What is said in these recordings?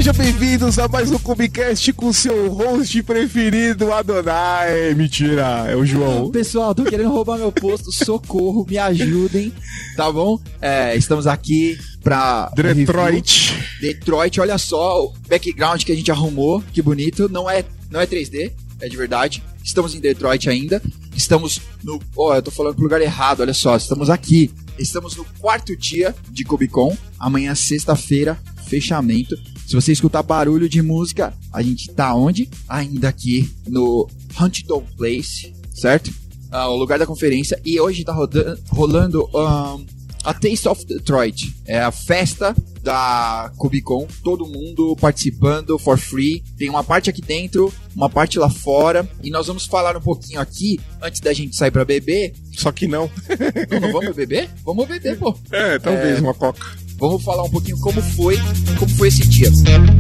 Sejam bem-vindos a mais um Cubicast com seu host preferido, Adonai. Mentira, é o João. Pessoal, tô querendo roubar meu posto, socorro, me ajudem, tá bom? Estamos aqui pra... Detroit, olha só o background que a gente arrumou, que bonito, não é 3D, é de verdade. Estamos em Detroit ainda, estamos no... eu tô falando pro lugar errado, olha só, estamos aqui. Estamos no 4º dia de Cubicon, amanhã sexta-feira, fechamento. Se você escutar barulho de música, a gente tá onde? Ainda aqui no Huntington Place, certo? O lugar da conferência. E hoje tá rolando a Taste of Detroit. É a festa da Cubicon. Todo mundo participando for free. Tem uma parte aqui dentro, uma parte lá fora. E nós vamos falar um pouquinho aqui, antes da gente sair pra beber. Só que não. Não vamos beber? Vamos beber, pô. Talvez uma coca. Vamos falar um pouquinho como foi esse dia.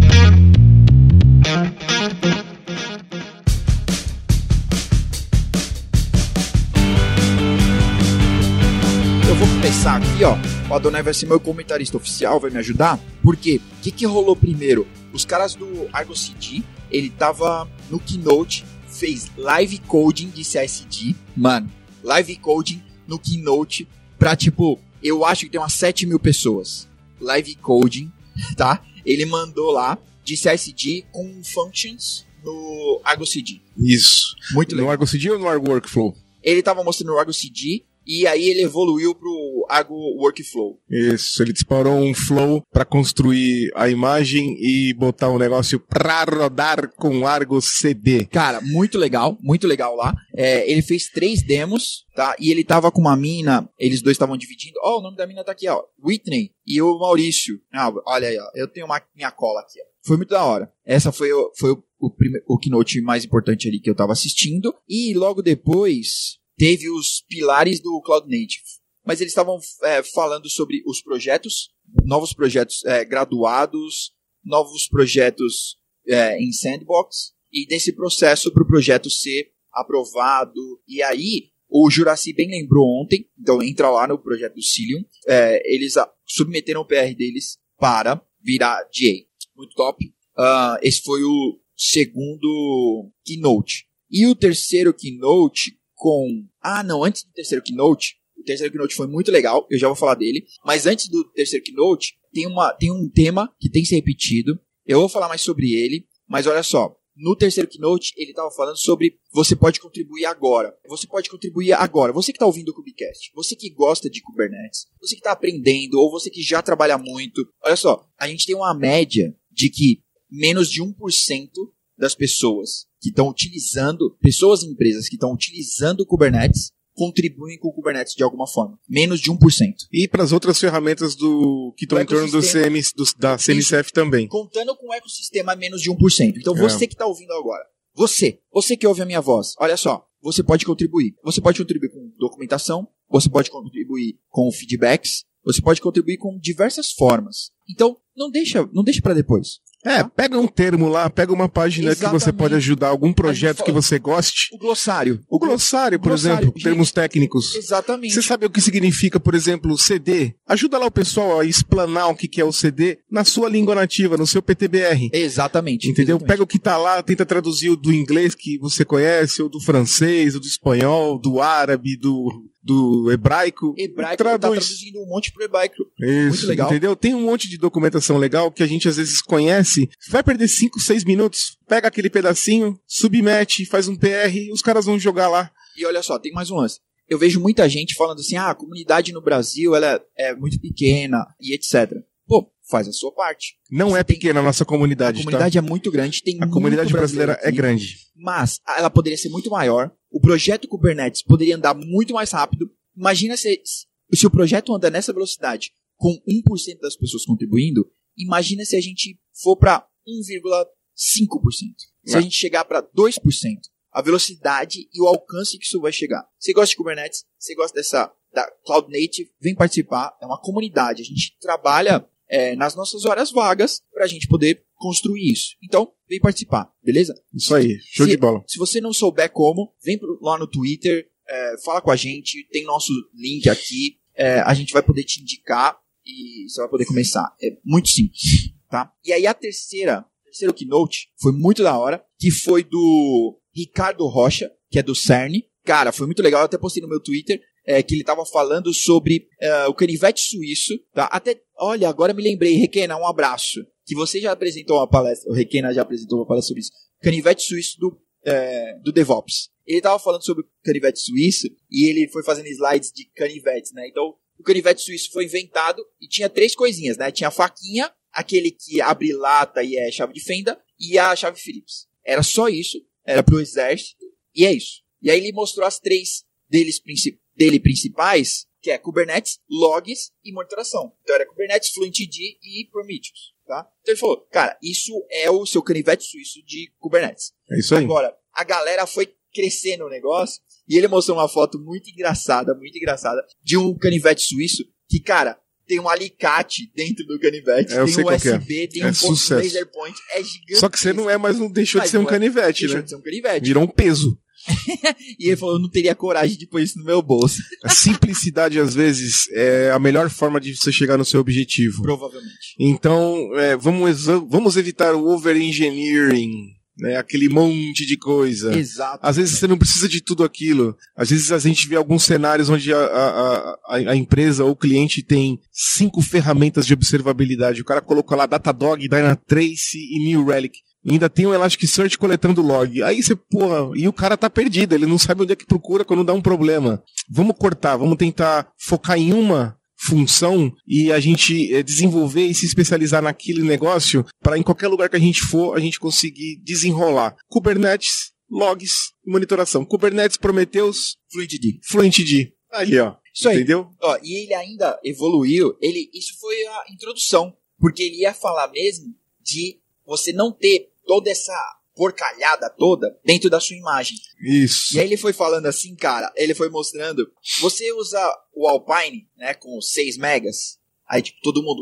Eu vou começar aqui, ó. O Adonai vai ser meu comentarista oficial, vai me ajudar. Por quê? O que rolou primeiro? Os caras do Argo CD, ele tava no Keynote, fez live coding de CSD. Mano, live coding no Keynote pra, eu acho que tem umas 7.000 pessoas. Live coding, tá? Ele mandou lá de CSD com functions no Argo CD. Isso. Muito legal. No Argo CD ou no Argo Workflow? Ele tava mostrando o Argo CD e aí ele evoluiu pro Argo Workflow. Isso, ele disparou um flow pra construir a imagem e botar um negócio pra rodar com Argo CD. Cara, muito legal lá. Ele fez 3 demos, tá? E ele tava com uma mina, eles dois estavam dividindo. O nome da mina tá aqui, ó. Whitney e o Maurício. Olha aí, ó. Eu tenho minha cola aqui, ó. Foi muito da hora. Essa foi o keynote mais importante ali que eu tava assistindo. E logo depois teve os pilares do Cloud Native. Mas eles estavam falando sobre os projetos, novos projetos graduados, novos projetos em sandbox, e desse processo para o projeto ser aprovado. E aí, o Juraci bem lembrou ontem, então entra lá no projeto do Cilium, eles submeteram o PR deles para virar GA. Muito top. Esse foi o segundo keynote. E o terceiro keynote antes do terceiro keynote, o terceiro keynote foi muito legal, eu já vou falar dele, mas antes do terceiro keynote, tem um tema que tem que ser repetido, eu vou falar mais sobre ele, mas olha só, no terceiro keynote, ele estava falando sobre você pode contribuir agora, você que está ouvindo o Cubicast, você que gosta de Kubernetes, você que está aprendendo, ou você que já trabalha muito, olha só, a gente tem uma média de que menos de 1% das pessoas que estão utilizando, pessoas e empresas que estão utilizando o Kubernetes, contribuem com o Kubernetes de alguma forma. Menos de 1%. E para as outras ferramentas que estão em torno da CNCF também. Contando com o ecossistema, menos de 1%. Então você que está ouvindo agora, você que ouve a minha voz, olha só, você pode contribuir. Você pode contribuir com documentação, você pode contribuir com feedbacks, você pode contribuir com diversas formas. Então, não deixa para depois. Pega um termo lá, pega uma página que você pode ajudar, algum projeto que você goste. O glossário. O glossário, por exemplo, termos técnicos. Exatamente. Você sabe o que significa, por exemplo, CD? Ajuda lá o pessoal a explanar o que é o CD na sua língua nativa, no seu PTBR. Exatamente. Entendeu? Exatamente. Pega o que tá lá, tenta traduzir o do inglês que você conhece, ou do francês, ou do espanhol, do árabe, do hebraico. Tá traduzindo um monte pro hebraico. Isso, muito legal. Entendeu? Tem um monte de documentação legal que a gente às vezes conhece. Vai perder 5, 6 minutos, pega aquele pedacinho, submete, faz um PR e os caras vão jogar lá. E olha só, tem mais um lance. Eu vejo muita gente falando assim, a comunidade no Brasil ela é muito pequena e etc. Pô, faz a sua parte. Não é pequena a nossa comunidade, A comunidade é muito grande. A comunidade brasileira é grande. Mas ela poderia ser muito maior. O projeto Kubernetes poderia andar muito mais rápido. Imagina se o projeto anda nessa velocidade com 1% das pessoas contribuindo. Imagina se a gente for para 1,5%. Se a gente chegar para 2%. A velocidade e o alcance que isso vai chegar. Você gosta de Kubernetes? Você gosta da Cloud Native? Vem participar. É uma comunidade. A gente trabalha nas nossas horas vagas para a gente poder construir isso. Então, vem participar, beleza? Isso aí, show de bola. Se você não souber como, vem lá no Twitter, fala com a gente, tem nosso link aqui, a gente vai poder te indicar e você vai poder começar. É muito simples. tá? E aí a terceiro keynote foi muito da hora, que foi do Ricardo Rocha, que é do CERN. Cara, foi muito legal, eu até postei no meu Twitter, que ele tava falando sobre o canivete suíço, tá? Até, olha, agora me lembrei, Requena, um abraço, que você já apresentou uma palestra, o Requena já apresentou uma palestra sobre isso, canivete suíço do DevOps. Ele tava falando sobre o canivete suíço e ele foi fazendo slides de canivetes, né? Então, o canivete suíço foi inventado e tinha 3 coisinhas, né? Tinha a faquinha, aquele que abre lata e é chave de fenda, e a chave Phillips. Era só isso, era pro exército, e é isso. E aí ele mostrou as 3 dele principais, que é Kubernetes, logs e monitoração. Então era Kubernetes, FluentD e Prometheus, tá? Então ele falou, cara, isso é o seu canivete suíço de Kubernetes. É isso aí. Agora, a galera foi crescendo o negócio, e ele mostrou uma foto muito engraçada, de um canivete suíço, que, cara, tem um alicate dentro do canivete, tem um USB, tem um ponto laser point, é gigante. Só que você não deixou de ser um canivete, né? Deixou de ser um canivete. Virou um peso. E ele falou, eu não teria coragem de pôr isso no meu bolso. A simplicidade, às vezes, é a melhor forma de você chegar no seu objetivo. Provavelmente. Então, vamos evitar o over-engineering, né? Aquele monte de coisa. Exato. Às vezes você não precisa de tudo aquilo. Às vezes a gente vê alguns cenários onde a empresa ou o cliente tem 5 ferramentas de observabilidade. O cara colocou lá Datadog, Dynatrace e New Relic. E ainda tem o Elasticsearch coletando log. Aí você, e o cara tá perdido, ele não sabe onde é que procura quando dá um problema. Vamos cortar, vamos tentar focar em uma função e a gente desenvolver e se especializar naquele negócio para em qualquer lugar que a gente for, a gente conseguir desenrolar. Kubernetes, logs e monitoração. Kubernetes, Prometheus, FluentD. Ali, ó. Isso aí. Entendeu? Ó, e ele ainda evoluiu, isso foi a introdução, porque ele ia falar mesmo de você não ter toda essa porcalhada toda dentro da sua imagem. Isso. E aí ele foi falando assim, cara, ele foi mostrando, você usa o Alpine, né, com 6 megas, aí tipo, todo mundo,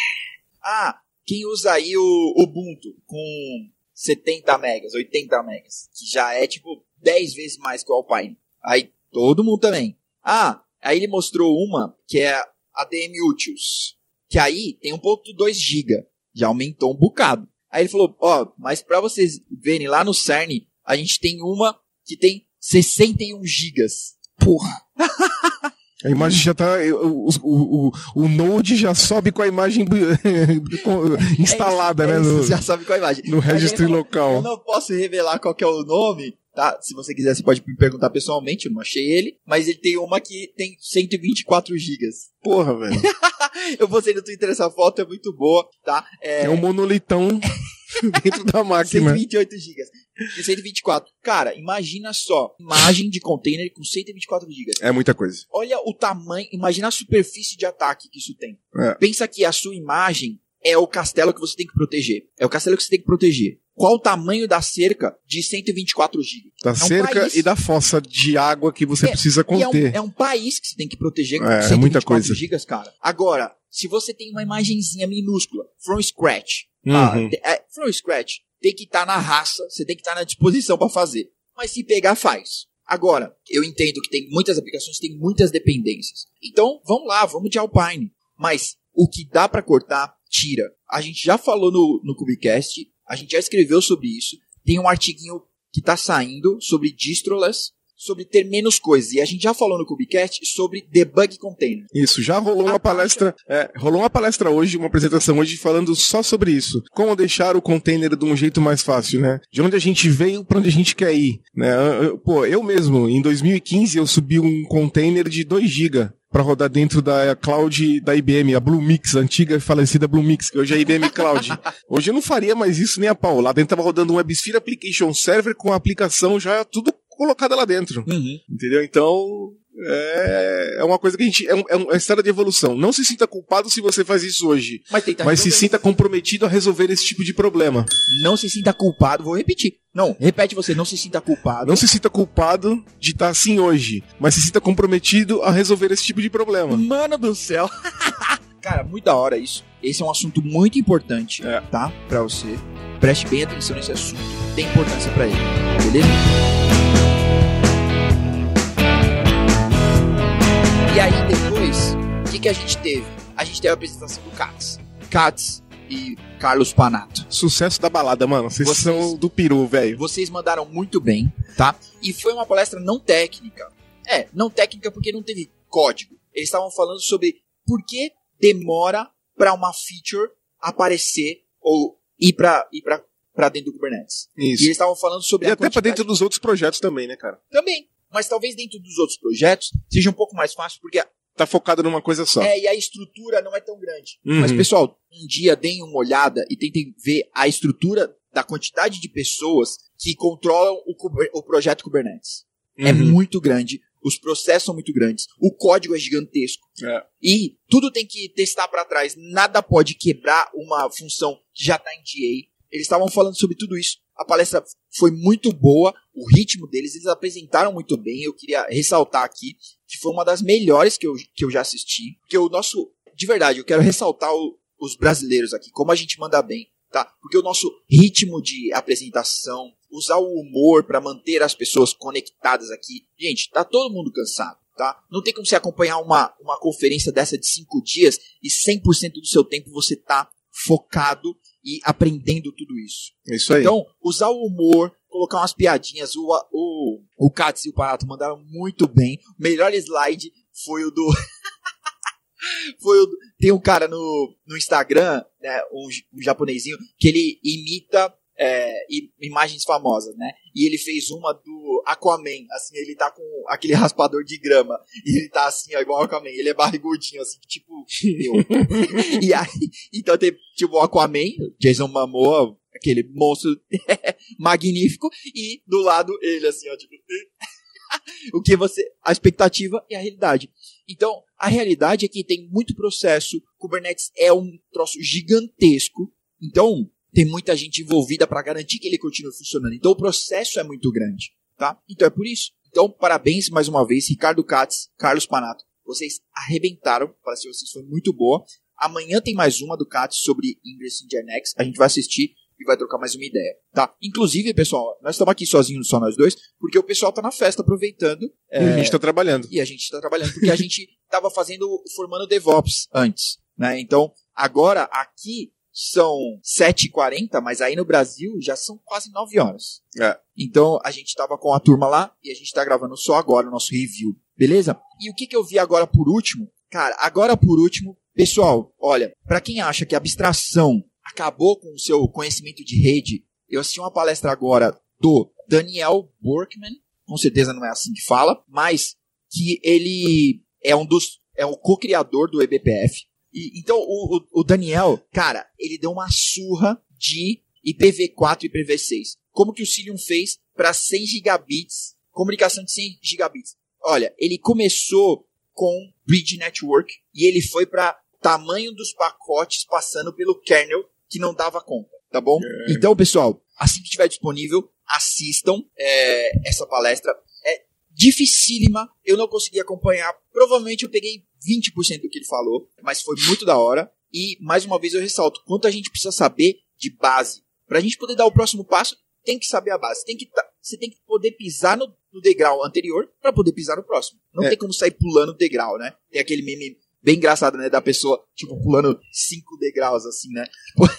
quem usa aí o Ubuntu com 70 megas, 80 megas, que já é tipo 10 vezes mais que o Alpine. Aí todo mundo também. Aí ele mostrou uma, que é a DM Utils, que aí tem 1.2 GB, já aumentou um bocado. Aí ele falou, mas pra vocês verem, lá no CERN, a gente tem uma que tem 61 gigas. Porra! A imagem já tá... O Node já sobe com a imagem instalada, né? Já sobe com a imagem. No registry local. Eu não posso revelar qual que é o nome, tá? Se você quiser, você pode me perguntar pessoalmente, eu não achei ele. Mas ele tem uma que tem 124 gigas. Porra, velho. Eu postei no Twitter essa foto, é muito boa, tá? É um monolitão dentro da máquina. 128 gigas. E 124. Cara, imagina só, imagem de container com 124 gigas. É muita coisa. Olha o tamanho, imagina a superfície de ataque que isso tem. É. Pensa que a sua imagem é o castelo que você tem que proteger. É o castelo que você tem que proteger. Qual o tamanho da cerca de 124 GB? Da cerca e da fossa de água que você precisa conter. É um país que você tem que proteger com 124 muita coisa. gigas, cara. Agora, se você tem uma imagenzinha minúscula, from scratch, from scratch, tem que estar na raça, você tem que estar na disposição para fazer. Mas se pegar, faz. Agora, eu entendo que tem muitas aplicações, tem muitas dependências. Então, vamos lá, vamos de Alpine. Mas o que dá para cortar, tira. A gente já falou no Kubecast, a gente já escreveu sobre isso. Tem um artiguinho que tá saindo sobre distroless, sobre ter menos coisas. E a gente já falou no Kubecast sobre debug container. Isso, já rolou uma palestra. Rolou uma palestra hoje, uma apresentação hoje falando só sobre isso. Como deixar o container de um jeito mais fácil, né? De onde a gente veio para onde a gente quer ir, né? Eu mesmo, em 2015, eu subi um container de 2 GB para rodar dentro da cloud da IBM, a Bluemix, a antiga e falecida Bluemix, que hoje é a IBM Cloud. Hoje eu não faria mais isso nem a pau. Lá dentro tava rodando um WebSphere Application Server com a aplicação já tudo colocada lá dentro. Entendeu? Então, é uma coisa que a gente... É uma história de evolução. Não se sinta culpado se você faz isso hoje. Mas se sinta comprometido a resolver esse tipo de problema. Não se sinta culpado. Vou repetir. Não, repete você. Não se sinta culpado. Não se sinta culpado de estar assim hoje. Mas se sinta comprometido a resolver esse tipo de problema. Mano do céu. Cara, muito da hora isso. Esse é um assunto muito importante, tá? Pra você. Preste bem atenção nesse assunto. Tem importância pra ele. Beleza? E aí depois, o que a gente teve? A gente teve a apresentação do CATS. CATS e Carlos Panato. Sucesso da balada, mano. Vocês são do peru, velho. Vocês mandaram muito bem, tá? E foi uma palestra não técnica. Não técnica porque não teve código. Eles estavam falando sobre por que demora para uma feature aparecer ou ir para dentro do Kubernetes. Isso. E eles estavam falando sobre e até para dentro dos outros projetos também, né, cara? Também. Mas talvez dentro dos outros projetos seja um pouco mais fácil, porque tá focado numa coisa só. E a estrutura não é tão grande. Mas, pessoal, um dia deem uma olhada e tentem ver a estrutura da quantidade de pessoas que controlam o projeto Kubernetes. É muito grande, os processos são muito grandes, o código é gigantesco. E tudo tem que testar para trás. Nada pode quebrar uma função que já está em GA. Eles estavam falando sobre tudo isso. A palestra foi muito boa, o ritmo deles, eles apresentaram muito bem. Eu queria ressaltar aqui que foi uma das melhores que eu já assisti. Porque de verdade, eu quero ressaltar os brasileiros aqui, como a gente manda bem, tá? Porque o nosso ritmo de apresentação, usar o humor para manter as pessoas conectadas aqui. Gente, tá todo mundo cansado, tá? Não tem como você acompanhar uma conferência dessa de 5 dias e 100% do seu tempo você tá focado e aprendendo tudo isso. Isso aí. Então, usar o humor, colocar umas piadinhas. O Katz e o Panato mandaram muito bem. O melhor slide foi o do... Tem um cara no Instagram, né, um japonesinho, que ele imita imagens famosas, né? E ele fez uma do Aquaman, assim, ele tá com aquele raspador de grama, e ele tá assim, ó, igual o Aquaman, ele é barrigudinho, assim, tipo eu. E aí, então tem tipo o Aquaman, Jason Momoa, aquele monstro magnífico, e do lado ele, assim, ó, tipo... a expectativa e a realidade. Então, a realidade é que tem muito processo, Kubernetes é um troço gigantesco, então tem muita gente envolvida para garantir que ele continue funcionando. Então o processo é muito grande, tá? Então é por isso. Então, parabéns mais uma vez, Ricardo Katz, Carlos Panato. Vocês arrebentaram, a palestra de vocês foi muito boa. Amanhã tem mais uma do Katz sobre Ingress in Nginx. A gente vai assistir e vai trocar mais uma ideia, tá? Inclusive, pessoal, nós estamos aqui sozinhos, só nós dois, porque o pessoal tá na festa aproveitando. E a gente tá trabalhando. E a gente tá trabalhando, porque a gente tava formando DevOps antes, né? Então, agora, aqui são 7h40, mas aí no Brasil já são quase 9 horas. Então, a gente tava com a turma lá e a gente tá gravando só agora o nosso review, beleza? E o que eu vi agora por último? Cara, agora por último, pessoal, olha, pra quem acha que a abstração acabou com o seu conhecimento de rede, eu assisti uma palestra agora do Daniel Borkman, com certeza não é assim que fala, mas que ele é o co-criador do eBPF. Então, o Daniel, cara, ele deu uma surra de IPv4 e IPv6. Como que o Cilium fez para 100 gigabits, comunicação de 100 gigabits? Olha, ele começou com Bridge Network e ele foi para tamanho dos pacotes passando pelo kernel que não dava conta, tá bom? Então, pessoal, assim que estiver disponível, assistam essa palestra. É dificílima, eu não consegui acompanhar. Provavelmente eu peguei 20% do que ele falou, mas foi muito da hora. E, mais uma vez, eu ressalto, quanto a gente precisa saber de base. Pra gente poder dar o próximo passo, tem que saber a base. Você tem que poder pisar no degrau anterior pra poder pisar no próximo. Não tem como sair pulando o degrau, né? Tem aquele meme bem engraçado, né? Da pessoa, tipo, pulando 5 degraus, assim, né?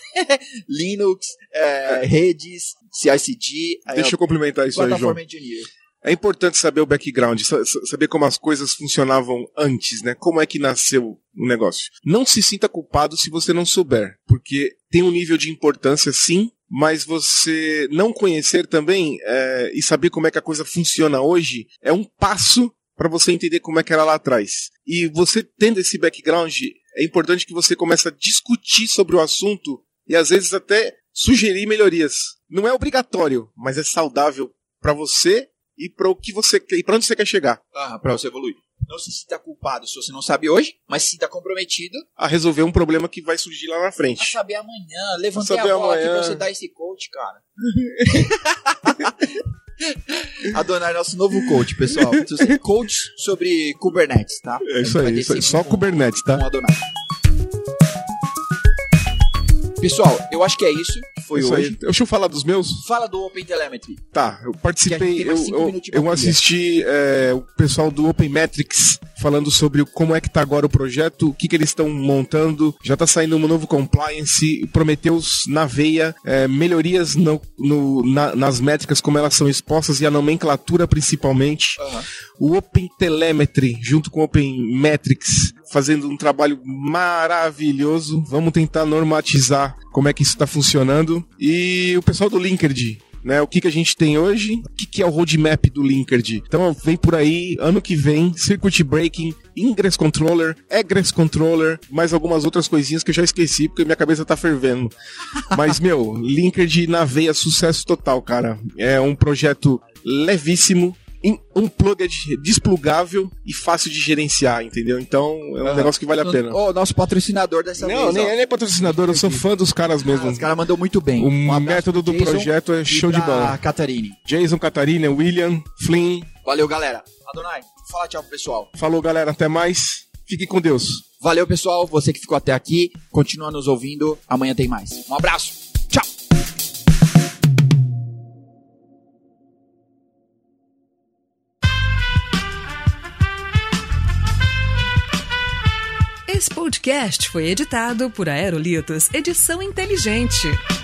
Linux, redes, CI/CD... Deixa eu complementar isso aí, João. Plataforma Engineer. É importante saber o background, saber como as coisas funcionavam antes, né? Como é que nasceu o negócio. Não se sinta culpado se você não souber, porque tem um nível de importância, sim, mas você não conhecer também e saber como é que a coisa funciona hoje é um passo para você entender como é que era lá atrás. E você tendo esse background, é importante que você comece a discutir sobre o assunto e às vezes até sugerir melhorias. Não é obrigatório, mas é saudável para você e para o que você quer, e para onde você quer chegar. Para você evoluir. Não se sinta culpado se você não sabe hoje, mas se sinta comprometido a resolver um problema que vai surgir lá na frente. A saber amanhã. Levantei a bola aqui pra você dar esse coach, cara. Adonai, nosso novo coach, pessoal. Coach sobre Kubernetes, tá? É isso aí, só Kubernetes, tá? Com Adonai. Pessoal, eu acho que é isso. Foi isso hoje. Aí. Deixa eu falar dos meus. Fala do Open Telemetry. Tá, eu participei, eu assisti o pessoal do Open Metrics falando sobre como é que tá agora o projeto, o que eles estão montando. Já tá saindo um novo compliance, Prometheus na veia, melhorias nas métricas como elas são expostas e a nomenclatura principalmente. O Open Telemetry junto com o Open Metrics fazendo um trabalho maravilhoso. Vamos tentar normatizar como é que isso está funcionando. E o pessoal do Linkerd, né? O que a gente tem hoje? O que é o roadmap do Linkerd? Então vem por aí, ano que vem, Circuit Breaking, Ingress Controller, Egress Controller, mais algumas outras coisinhas que eu já esqueci porque minha cabeça tá fervendo. Mas, Linkerd na veia, sucesso total, cara. É um projeto levíssimo, unplugged, desplugável e fácil de gerenciar, entendeu? Então é um negócio que vale a pena. O nosso patrocinador dessa vez. Não, ele é patrocinador, eu sou fã dos caras mesmo. Os caras mandou muito bem. O método do projeto é show de bola. Catarine. Jason, Catarina, William, Flynn. Valeu, galera. Adonai, fala tchau pro pessoal. Falou, galera. Até mais. Fique com Deus. Valeu, pessoal. Você que ficou até aqui, continua nos ouvindo. Amanhã tem mais. Um abraço. Tchau. Esse podcast foi editado por Aerolitos Edição Inteligente.